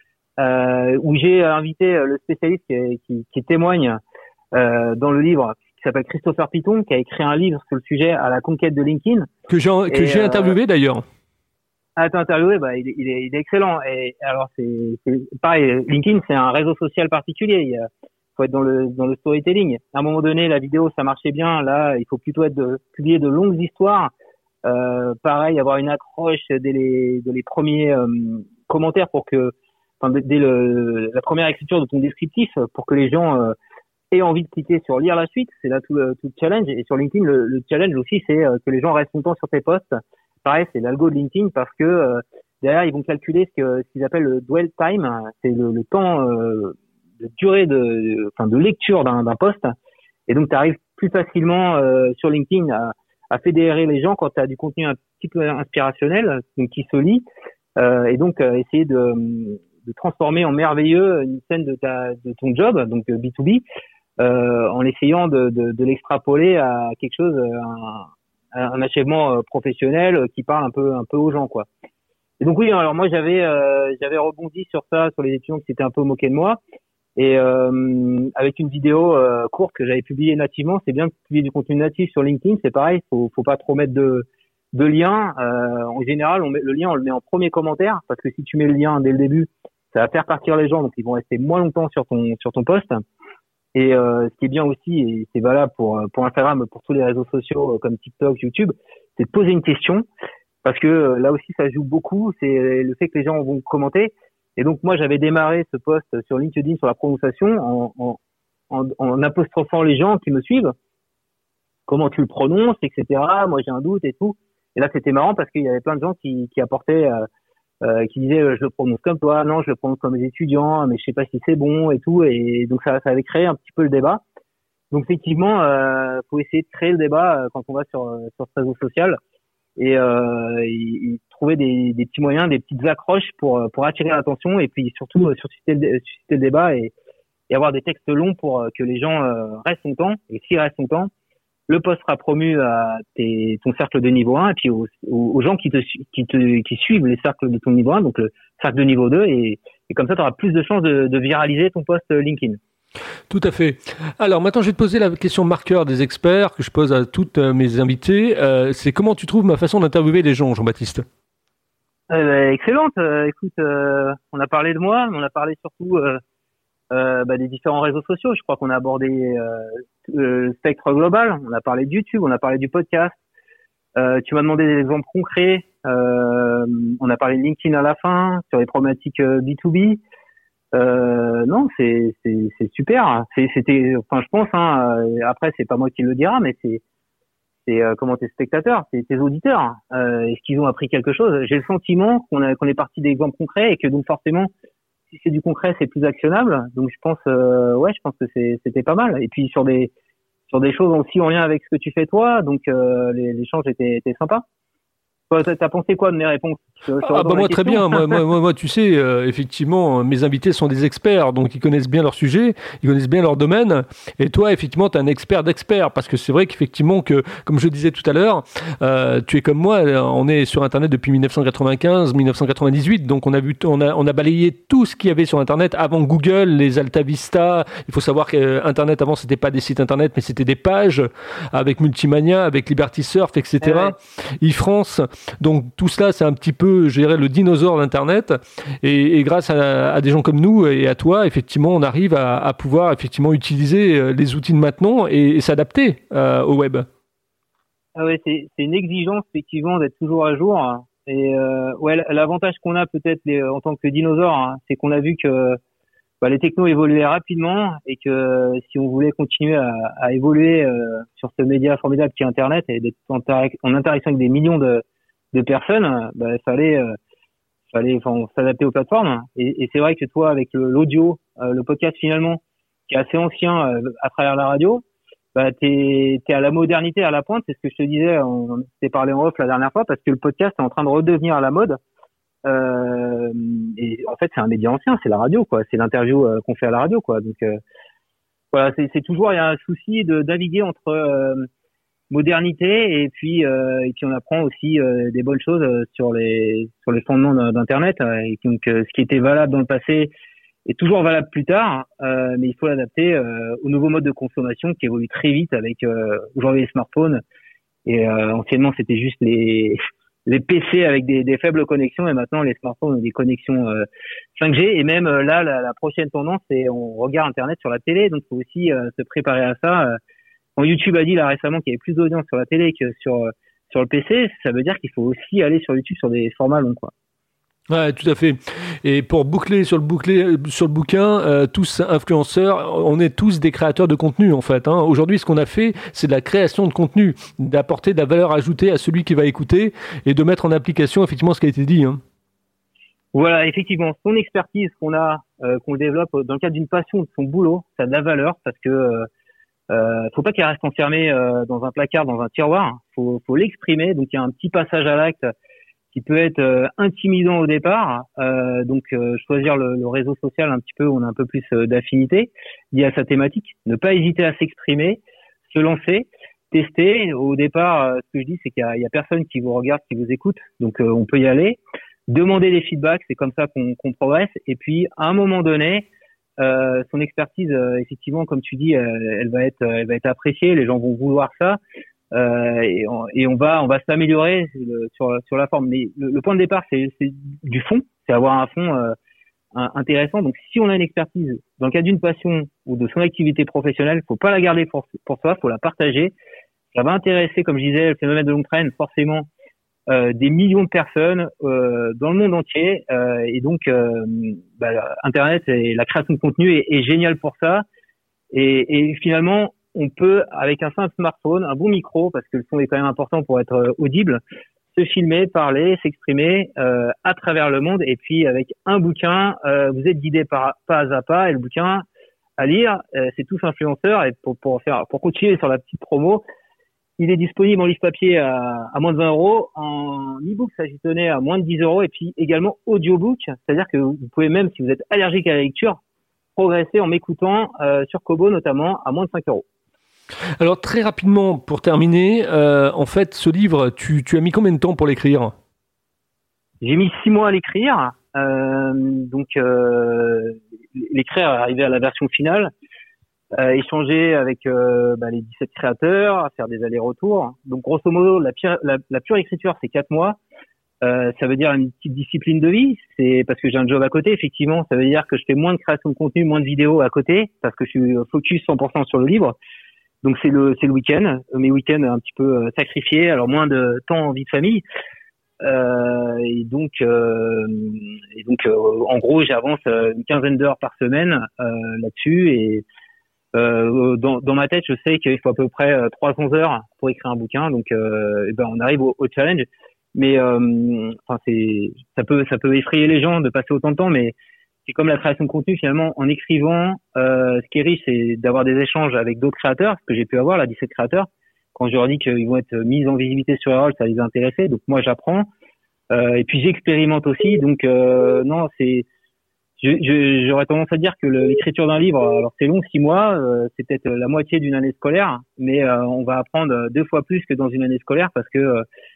euh, où j'ai invité le spécialiste qui, qui, qui témoigne euh, dans le livre, qui s'appelle Christopher Piton, qui a écrit un livre sur le sujet à la conquête de LinkedIn. Que j'ai, que et, j'ai euh, interviewé d'ailleurs. Ah, t'as interviewé, bah, il est, il est, il est excellent. Et alors, c'est, c'est pareil, LinkedIn, c'est un réseau social particulier. Il faut être dans le, dans le storytelling. À un moment donné, la vidéo, ça marchait bien. Là, il faut plutôt être de, publier de longues histoires. Euh, pareil, avoir une accroche dès les, dès les premiers euh, commentaires pour que, enfin, dès le, la première écriture de ton descriptif pour que les gens, euh, aient envie de cliquer sur lire la suite. C'est là tout le, tout le challenge. Et sur LinkedIn, le, le challenge aussi, c'est que les gens restent longtemps sur tes posts. Pareil, c'est l'algo de LinkedIn parce que euh, derrière, ils vont calculer ce, que, ce qu'ils appellent le dwell time. C'est le, le temps euh, de durée de, enfin, de lecture d'un, d'un post. Et donc, tu arrives plus facilement euh, sur LinkedIn à, à fédérer les gens quand tu as du contenu un petit peu inspirationnel, donc qui se lit. Euh, et donc, euh, essayer de, de transformer en merveilleux une scène de, ta, de ton job, donc B deux B, Euh, en essayant de, de, de l'extrapoler à quelque chose, un, un achèvement professionnel qui parle un peu, un peu aux gens, quoi. Et donc oui, alors moi j'avais, euh, j'avais rebondi sur ça, sur les étudiants qui s'étaient un peu moqués de moi, et euh, avec une vidéo euh, courte que j'avais publiée nativement. C'est bien de publier du contenu natif sur LinkedIn, c'est pareil, faut, faut pas trop mettre de, de liens. Euh, en général, on met le lien, on le met en premier commentaire, parce que si tu mets le lien dès le début, ça va faire partir les gens, donc ils vont rester moins longtemps sur ton, sur ton post. Et euh, ce qui est bien aussi, et c'est valable pour pour Instagram, pour tous les réseaux sociaux comme TikTok, YouTube, c'est de poser une question. parce que euh, là aussi ça joue beaucoup, c'est le fait que les gens vont commenter. Et donc moi j'avais démarré ce post sur LinkedIn sur la prononciation en, en, en, en apostrophant les gens qui me suivent, comment tu le prononces, et cetera. Moi j'ai un doute et tout. Et là c'était marrant parce qu'il y avait plein de gens qui, qui apportaient, euh, euh, qui disaient euh, je le prononce comme toi, non je le prononce comme les étudiants, mais je sais pas si c'est bon et tout. Et donc ça, ça avait créé un petit peu le débat. Donc effectivement, euh, faut essayer de créer le débat euh, quand on va sur sur ce réseau social et, euh, et, et trouver des, des petits moyens, des petites accroches pour pour attirer l'attention et puis surtout euh, susciter le, susciter le débat et, et avoir des textes longs pour euh, que les gens euh, restent longtemps. Et s'ils restent longtemps, le post sera promu à tes, ton cercle de niveau un et puis aux, aux gens qui te qui te qui suivent les cercles de ton niveau un, donc le cercle de niveau deux et, et comme ça tu auras plus de chances de, de viraliser ton post LinkedIn. Tout à fait. Alors maintenant, je vais te poser la question marqueur des experts que je pose à toutes mes invités. Euh, c'est comment tu trouves ma façon d'interviewer les gens, Jean-Baptiste ? euh, Excellente. Euh, écoute, euh, on a parlé de moi, mais on a parlé surtout euh, euh, bah, des différents réseaux sociaux. Je crois qu'on a abordé euh, le spectre global. On a parlé de YouTube, on a parlé du podcast. Euh, tu m'as demandé des exemples concrets. Euh, on a parlé de LinkedIn à la fin, sur les problématiques euh, B deux B. Euh, non, c'est, c'est, c'est super. C'est, c'était, enfin, je pense, hein, euh, après, c'est pas moi qui le dira, mais c'est, c'est, euh, comment tes spectateurs, c'est tes auditeurs. Euh, est-ce qu'ils ont appris quelque chose? J'ai le sentiment qu'on a, qu'on est parti d'exemples concrets et que donc forcément, si c'est du concret, c'est plus actionnable. Donc, je pense, euh, ouais, je pense que c'est, c'était pas mal. Et puis, sur des, sur des choses aussi en lien avec ce que tu fais toi, donc, euh, les, l'échange était, était sympa. Toi, t'as pensé quoi de mes réponses? Ah bah moi très bien, moi, moi, moi, moi tu sais, euh, effectivement, mes invités sont des experts, donc ils connaissent bien leur sujet, ils connaissent bien leur domaine, et toi, effectivement, tu es un expert d'experts, parce que c'est vrai qu'effectivement, que, comme je disais tout à l'heure, euh, tu es comme moi, on est sur Internet depuis dix-neuf cent quatre-vingt-quinze, dix-neuf cent quatre-vingt-dix-huit, donc on a, vu, on, a, on a balayé tout ce qu'il y avait sur Internet avant Google, les Alta Vista. Il faut savoir qu'Internet, avant, c'était pas des sites Internet, mais c'était des pages, avec Multimania, avec Liberty Surf, et cetera, ouais. e-France. Donc tout cela, c'est un petit peu, je dirais, le dinosaure d'Internet. Et, et grâce à, à des gens comme nous et à toi, effectivement, on arrive à, à pouvoir effectivement utiliser les outils de maintenant et, et s'adapter euh, au web. Ah ouais, c'est, c'est une exigence effectivement d'être toujours à jour. Et euh, ouais, l'avantage qu'on a peut-être les, en tant que dinosaure, hein, c'est qu'on a vu que bah, les technos évoluaient rapidement et que si on voulait continuer à, à évoluer euh, sur ce média formidable qui est Internet et d'être en, en interaction avec des millions de de personnes, bah, il fallait, euh, fallait, enfin, s'adapter aux plateformes. Et, et c'est vrai que toi, avec le, l'audio, euh, le podcast finalement, qui est assez ancien euh, à travers la radio, bah, t'es, t'es à la modernité, à la pointe. C'est ce que je te disais, on s'était parlé en off la dernière fois, parce que le podcast est en train de redevenir à la mode. Euh, et en fait, c'est un média ancien, c'est la radio, quoi. C'est l'interview euh, qu'on fait à la radio, quoi. Donc, euh, voilà, c'est, c'est toujours, il y a un souci de naviguer entre euh, modernité et puis euh, et puis on apprend aussi euh, des bonnes choses euh, sur les sur les fondements d'internet euh, et donc euh, ce qui était valable dans le passé est toujours valable plus tard euh, mais il faut l'adapter euh, aux nouveaux modes de consommation qui évoluent très vite avec euh, aujourd'hui les smartphones et euh, anciennement c'était juste les les P C avec des, des faibles connexions et maintenant les smartphones ont des connexions euh, cinq G et même euh, là la, la prochaine tendance c'est on regarde internet sur la télé donc il faut aussi euh, se préparer à ça euh, Quand YouTube a dit là récemment qu'il y avait plus d'audience sur la télé que sur sur le P C, ça veut dire qu'il faut aussi aller sur YouTube sur des formats longs, quoi. Ouais, tout à fait. Et pour boucler sur le boucler sur le bouquin, euh, tous influenceurs, on est tous des créateurs de contenu en fait. Hein. Aujourd'hui, ce qu'on a fait, c'est de la création de contenu, d'apporter de la valeur ajoutée à celui qui va écouter et de mettre en application effectivement ce qui a été dit. Hein. Voilà, effectivement, son expertise qu'on a, euh, qu'on développe dans le cadre d'une passion de son boulot, ça a de la valeur parce que euh, Euh, faut pas qu'elle reste enfermée euh, dans un placard, dans un tiroir. Faut, faut l'exprimer. Donc il y a un petit passage à l'acte qui peut être euh, intimidant au départ. Euh, donc euh, choisir le, le réseau social un petit peu où on a un peu plus euh, d'affinité lié à sa thématique. Ne pas hésiter à s'exprimer, se lancer, tester. Au départ, euh, ce que je dis, c'est qu'il y a, il y a personne qui vous regarde, qui vous écoute. Donc euh, on peut y aller. Demander des feedbacks, c'est comme ça qu'on, qu'on progresse. Et puis à un moment donné. Euh, son expertise, euh, effectivement, comme tu dis, euh, elle va être, elle va être appréciée. Les gens vont vouloir ça, euh, et, on, et on va, on va s'améliorer sur sur la forme. Mais le, le point de départ, c'est, c'est du fond, c'est avoir un fond euh, intéressant. Donc, si on a une expertise dans le cadre d'une passion ou de son activité professionnelle, faut pas la garder pour pour soi, faut la partager. Ça va intéresser, comme je disais, le phénomène de long train, forcément. euh, des millions de personnes euh, dans le monde entier. Euh, et donc, euh, bah, Internet et la création de contenu est, est génial pour ça. Et, et finalement, on peut, avec un simple smartphone, un bon micro, parce que le son est quand même important pour être euh, audible, se filmer, parler, s'exprimer euh, à travers le monde. Et puis, avec un bouquin, euh, vous êtes guidé par, pas à pas. Et le bouquin à lire, euh, c'est Tous influenceurs. Et pour, pour faire, pour continuer sur la petite promo, il est disponible en livre papier à, à moins de vingt euros, en e-book, ça j'y tenais, à moins de dix euros, et puis également audiobook, c'est-à-dire que vous pouvez même, si vous êtes allergique à la lecture, progresser en m'écoutant euh, sur Kobo notamment, à moins de cinq euros. Alors très rapidement, pour terminer, euh, en fait, ce livre, tu, tu as mis combien de temps pour l'écrire ? J'ai mis six mois à l'écrire, euh, donc euh, l'écrire arrivé à la version finale. Euh, échanger avec euh, bah, les dix-sept créateurs, faire des allers-retours. Donc grosso modo, la, pire, la, la pure écriture, c'est quatre mois. Euh, ça veut dire une petite discipline de vie. C'est parce que j'ai un job à côté, effectivement. Ça veut dire que je fais moins de création de contenu, moins de vidéos à côté, parce que je suis focus cent pour cent sur le livre. Donc c'est le c'est le week-end, mes week-ends un petit peu sacrifiés, alors moins de temps en vie de famille. Euh, et donc, euh, et donc, euh, en gros, j'avance une quinzaine d'heures par semaine euh, là-dessus et Euh, dans, dans ma tête, je sais qu'il faut à peu près euh, trois cents heures pour écrire un bouquin, donc euh, et ben on arrive au, au challenge. Mais euh, enfin c'est ça peut ça peut effrayer les gens de passer autant de temps, mais c'est comme la création de contenu finalement. En écrivant, euh, ce qui est riche, c'est d'avoir des échanges avec d'autres créateurs, ce que j'ai pu avoir là, dix-sept créateurs. Quand je leur dis qu'ils vont être mis en visibilité sur Erol, ça les a intéressés. Donc moi j'apprends euh, et puis j'expérimente aussi. Donc euh, non, c'est Je, je, j'aurais tendance à dire que le, l'écriture d'un livre, alors c'est long, six mois, euh, c'est peut-être la moitié d'une année scolaire, mais euh, on va apprendre deux fois plus que dans une année scolaire parce que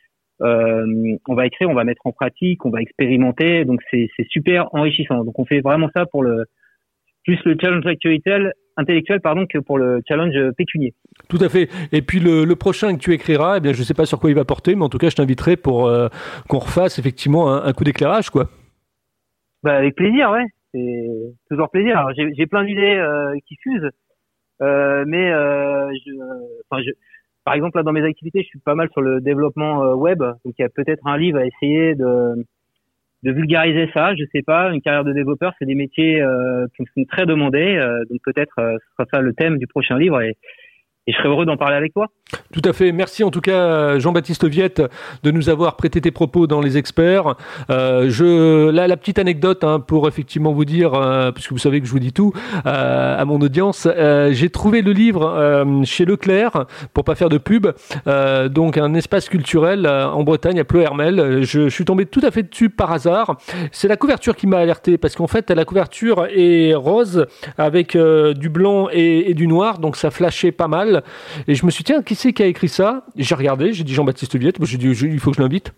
euh, on va écrire, on va mettre en pratique, on va expérimenter, donc c'est, c'est super enrichissant. Donc on fait vraiment ça pour le plus le challenge intellectuel, intellectuel pardon, que pour le challenge pécunier. Tout à fait. Et puis le, le prochain que tu écriras, eh bien je sais pas sur quoi il va porter, mais en tout cas je t'inviterai pour euh, qu'on refasse effectivement un, un coup d'éclairage, quoi. Bah avec plaisir, ouais. C'est toujours plaisir. Alors, j'ai, j'ai plein d'idées euh, qui fusent, euh, mais euh, je, enfin, je, par exemple là dans mes activités, je suis pas mal sur le développement euh, web, donc il y a peut-être un livre à essayer de, de vulgariser ça. Je sais pas. Une carrière de développeur, c'est des métiers euh, qui sont très demandés, euh, donc peut-être euh, ce sera ça le thème du prochain livre et Et je serais heureux d'en parler avec toi. Tout à fait. Merci en tout cas, Jean-Baptiste Viette, de nous avoir prêté tes propos dans Les Experts. Euh, je, là, la petite anecdote hein, pour effectivement vous dire, euh, puisque vous savez que je vous dis tout euh, à mon audience, euh, j'ai trouvé le livre euh, chez Leclerc, pour pas faire de pub, euh, donc un espace culturel euh, en Bretagne, à Pleuhermel. Je, je suis tombé tout à fait dessus par hasard. C'est la couverture qui m'a alerté, parce qu'en fait, la couverture est rose avec euh, du blanc et, et du noir, donc ça flashait pas mal. Et je me suis dit, tiens, qui c'est qui a écrit ça ? J'ai regardé, j'ai dit Jean-Baptiste Viette, j'ai dit, il faut que je l'invite.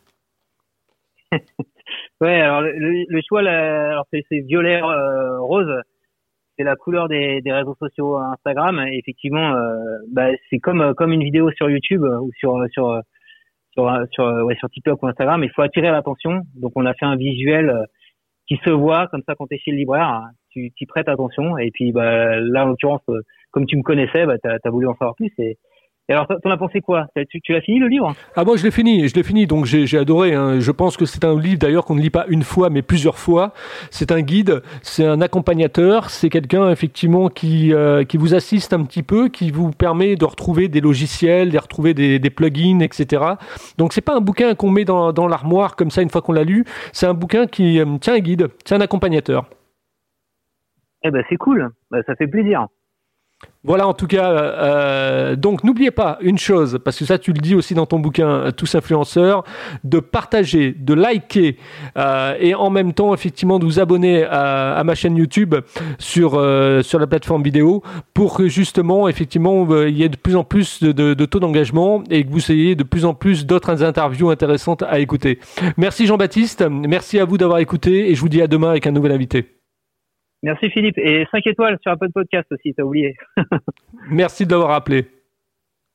Ouais, alors le, le choix, là, alors c'est, c'est violet euh, rose, c'est la couleur des, des réseaux sociaux Instagram. Et effectivement, euh, bah, c'est comme comme une vidéo sur YouTube ou sur sur sur sur ouais sur TikTok ou Instagram. Il faut attirer l'attention. Donc on a fait un visuel qui se voit comme ça quand t'es chez le libraire, tu t'y prêtes attention. Et puis bah là en l'occurrence, comme tu me connaissais, bah t'as, t'as voulu en savoir plus. Et Et alors, t'en as pensé quoi ? tu, tu l'as fini le livre ? Ah moi je l'ai fini, je l'ai fini, donc j'ai, j'ai adoré. Hein. Je pense que c'est un livre d'ailleurs qu'on ne lit pas une fois, mais plusieurs fois. C'est un guide, c'est un accompagnateur, c'est quelqu'un effectivement qui euh, qui vous assiste un petit peu, qui vous permet de retrouver des logiciels, de retrouver des, des plugins, et cetera. Donc c'est pas un bouquin qu'on met dans dans l'armoire comme ça une fois qu'on l'a lu. C'est un bouquin qui euh, c'est un guide, c'est un accompagnateur. Eh ben c'est cool, ben, ça fait plaisir. Voilà, en tout cas, euh, donc n'oubliez pas une chose, parce que ça tu le dis aussi dans ton bouquin Tous influenceurs, de partager, de liker euh, et en même temps effectivement de vous abonner à, à ma chaîne YouTube sur euh, sur la plateforme vidéo pour que justement effectivement il y ait de plus en plus de, de, de taux d'engagement et que vous ayez de plus en plus d'autres interviews intéressantes à écouter. Merci Jean-Baptiste, merci à vous d'avoir écouté et je vous dis à demain avec un nouvel invité. Merci Philippe. Et cinq étoiles sur Apple Podcast aussi, t'as oublié. Merci de l'avoir rappelé.